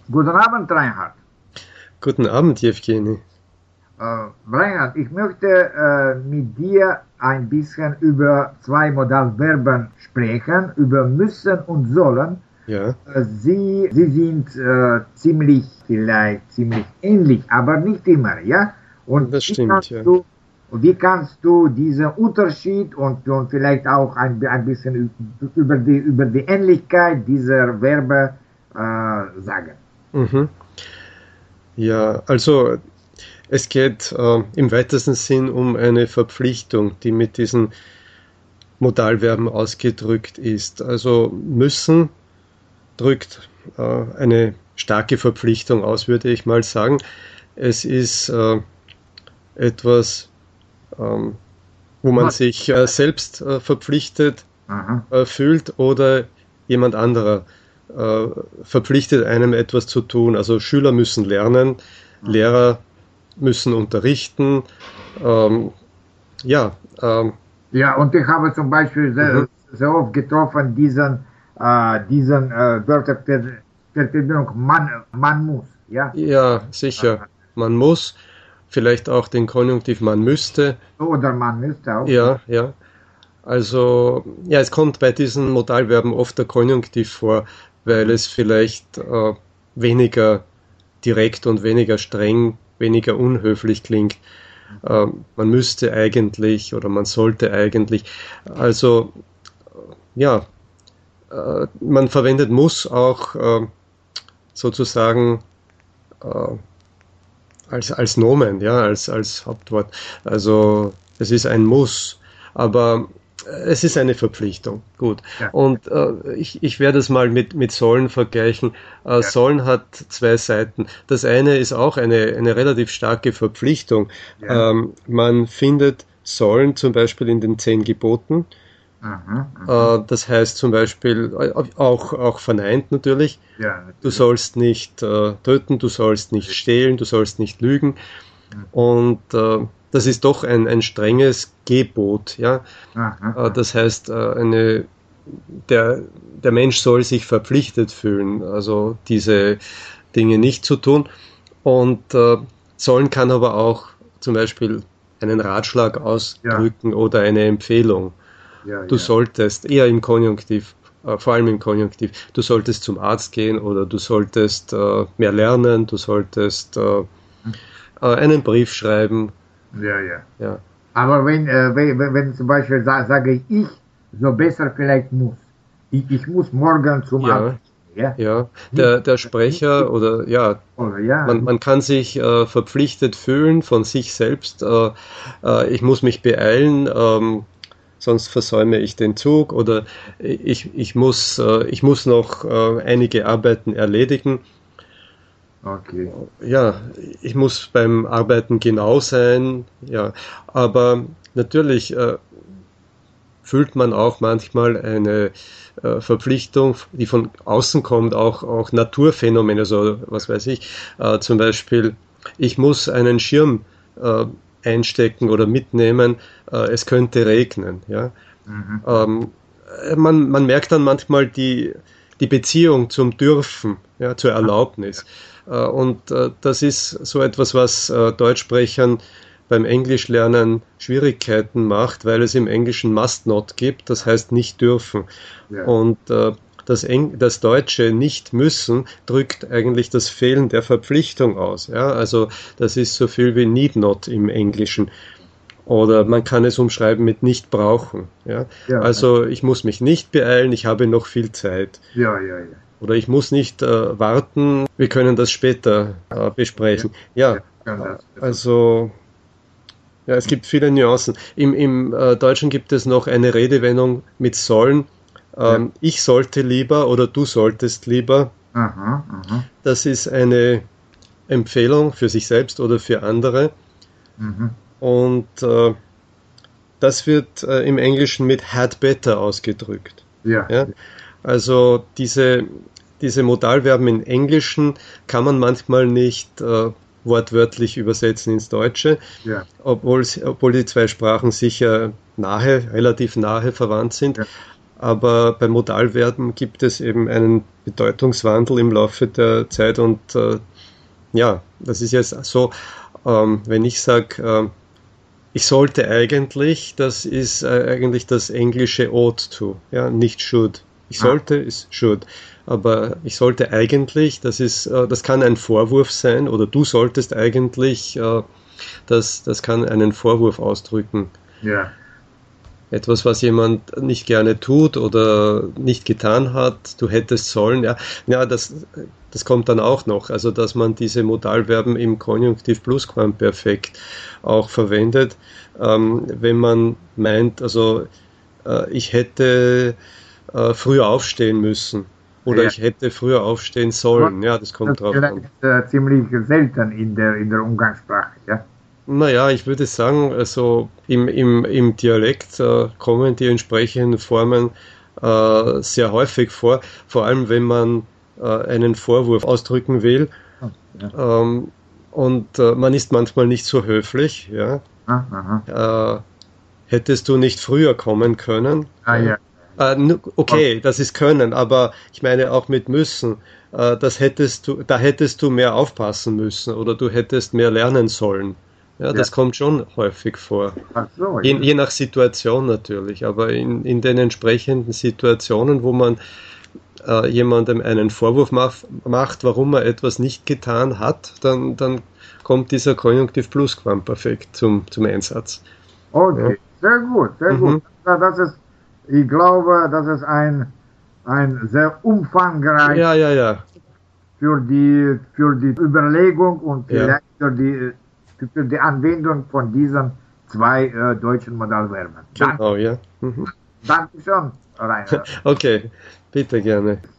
Guten Abend, Reinhard. Guten Abend, Jewgeni. Reinhard, ich möchte mit dir ein bisschen über zwei Modalverben sprechen, über müssen und sollen. Ja, Sie sind vielleicht ziemlich ähnlich, aber nicht immer, ja? Und das stimmt, ja. wie kannst du diesen Unterschied und vielleicht auch ein bisschen über die Ähnlichkeit dieser Verben sagen? Mhm. Ja, also es geht im weitesten Sinn um eine Verpflichtung, die mit diesen Modalverben ausgedrückt ist. Also müssen drückt eine starke Verpflichtung aus, würde ich mal sagen. Es ist etwas, ähm, wo man Was? sich selbst verpflichtet Aha. fühlt oder jemand anderer verpflichtet einem etwas zu tun. Also Schüler müssen lernen, Lehrer müssen unterrichten. Ähm, ja, Ja, und ich habe zum Beispiel mhm. sehr oft getroffen, diesen Verbindung man muss, ja. Ja, sicher. Man muss, vielleicht auch den Konjunktiv man müsste. Oder man müsste auch, ja. Ja, ja. Also, ja, es kommt bei diesen Modalverben oft der Konjunktiv vor, weil es vielleicht weniger direkt und weniger streng, weniger unhöflich klingt. Man müsste eigentlich oder man sollte eigentlich. Also, ja, man verwendet muss auch sozusagen äh, als Nomen, ja, als Hauptwort. Also, es ist ein Muss, aber es ist eine Verpflichtung. Gut. Ja, Und ich werde es mal mit Sollen vergleichen. ja, Sollen hat zwei Seiten. Das eine ist auch eine relativ starke Verpflichtung. ja. Man findet Sollen zum Beispiel in den 10 Geboten. Aha, aha. Das heißt zum Beispiel auch verneint natürlich. Ja, Du natürlich. sollst nicht töten, du sollst nicht stehlen, du sollst nicht lügen. Und das ist doch ein strenges Gebot. Ja? Aha, Das heißt, der, der Mensch soll sich verpflichtet fühlen, also diese Dinge nicht zu tun. Und sollen kann aber auch zum Beispiel einen Ratschlag ja, ausdrücken oder eine Empfehlung. ja, Du ja. solltest eher im Konjunktiv, vor allem im Konjunktiv, du solltest zum Arzt gehen oder du solltest mehr lernen, du solltest einen Brief schreiben. Ja, ja. Ja, Aber wenn zum Beispiel sage ich, so besser vielleicht muss. Ich muss morgen zum Arzt. ja, Ja, ja. nicht, Der nicht, Sprecher oder ja, oder ja, nicht, man kann sich verpflichtet fühlen von sich selbst. Ich muss mich beeilen, sonst versäume ich den Zug oder ich muss noch einige Arbeiten erledigen. okay. Ja, ich muss beim Arbeiten genau sein, ja, aber natürlich fühlt man auch manchmal eine Verpflichtung, die von außen kommt, auch Naturphänomene, also was weiß ich, zum Beispiel, ich muss einen Schirm äh, einstecken oder mitnehmen, es könnte regnen, ja. Mhm. Ähm, man merkt dann manchmal die Beziehung zum Dürfen, ja, zur Erlaubnis. Und das ist so etwas, was Deutschsprechern beim Englischlernen Schwierigkeiten macht, weil es im Englischen must not gibt, das heißt nicht dürfen. Ja, Und das deutsche nicht müssen drückt eigentlich das Fehlen der Verpflichtung aus. Ja? Also das ist so viel wie need not im Englischen. Oder man kann es umschreiben mit nicht brauchen. Ja? ja, Also ich muss mich nicht beeilen, ich habe noch viel Zeit. ja, ja, ja. Oder ich muss nicht warten, wir können das später Ja, besprechen. ja, Ja, kann das. also ja, es gibt viele Nuancen. Im Deutschen gibt es noch eine Redewendung mit sollen. Ja, Ich sollte lieber oder du solltest lieber. aha, aha. Das ist eine Empfehlung für sich selbst oder für andere. Mhm. Und das wird im Englischen mit had better ausgedrückt. Ja, Ja? Also diese Modalverben im Englischen kann man manchmal nicht wortwörtlich übersetzen ins Deutsche, ja, obwohl die zwei Sprachen sicher relativ nahe verwandt sind. ja. Aber bei Modalverben gibt es eben einen Bedeutungswandel im Laufe der Zeit und ja, das ist jetzt so, wenn ich sage, ich sollte eigentlich, das ist eigentlich das englische ought to, ja, nicht should. Ich sollte ist should, aber ich sollte eigentlich, das kann ein Vorwurf sein oder du solltest eigentlich, das kann einen Vorwurf ausdrücken. Ja. Etwas, was jemand nicht gerne tut oder nicht getan hat, du hättest sollen, ja, das kommt dann auch noch, also dass man diese Modalverben im Konjunktiv Plusquamperfekt auch verwendet, wenn man meint, also ich hätte früher aufstehen müssen oder Ja. ich hätte früher aufstehen sollen, ja, das kommt drauf an. Das ist ziemlich selten in der Umgangssprache, ja. Naja, ich würde sagen, also im Dialekt kommen die entsprechenden Formen sehr häufig vor, vor allem wenn man einen Vorwurf ausdrücken will. Ja. Und man ist manchmal nicht so höflich, ja. Aha. Hättest du nicht früher kommen können? Ja. Okay, das ist können, aber ich meine auch mit müssen. Da hättest du mehr aufpassen müssen oder du hättest mehr lernen sollen. Ja, das kommt schon häufig vor. Ach so, Je nach Situation natürlich, aber in den entsprechenden Situationen, wo man jemandem einen Vorwurf macht, warum er etwas nicht getan hat, dann kommt dieser Konjunktiv Plusquamperfekt zum Einsatz. Okay, sehr gut, sehr gut. Ich glaube, das ist ein sehr umfangreich Ja. für die Überlegung und vielleicht für die Anwendung von diesen zwei deutschen Modalverben. Genau, ja. Dankeschön, Rainer. Okay, bitte gerne.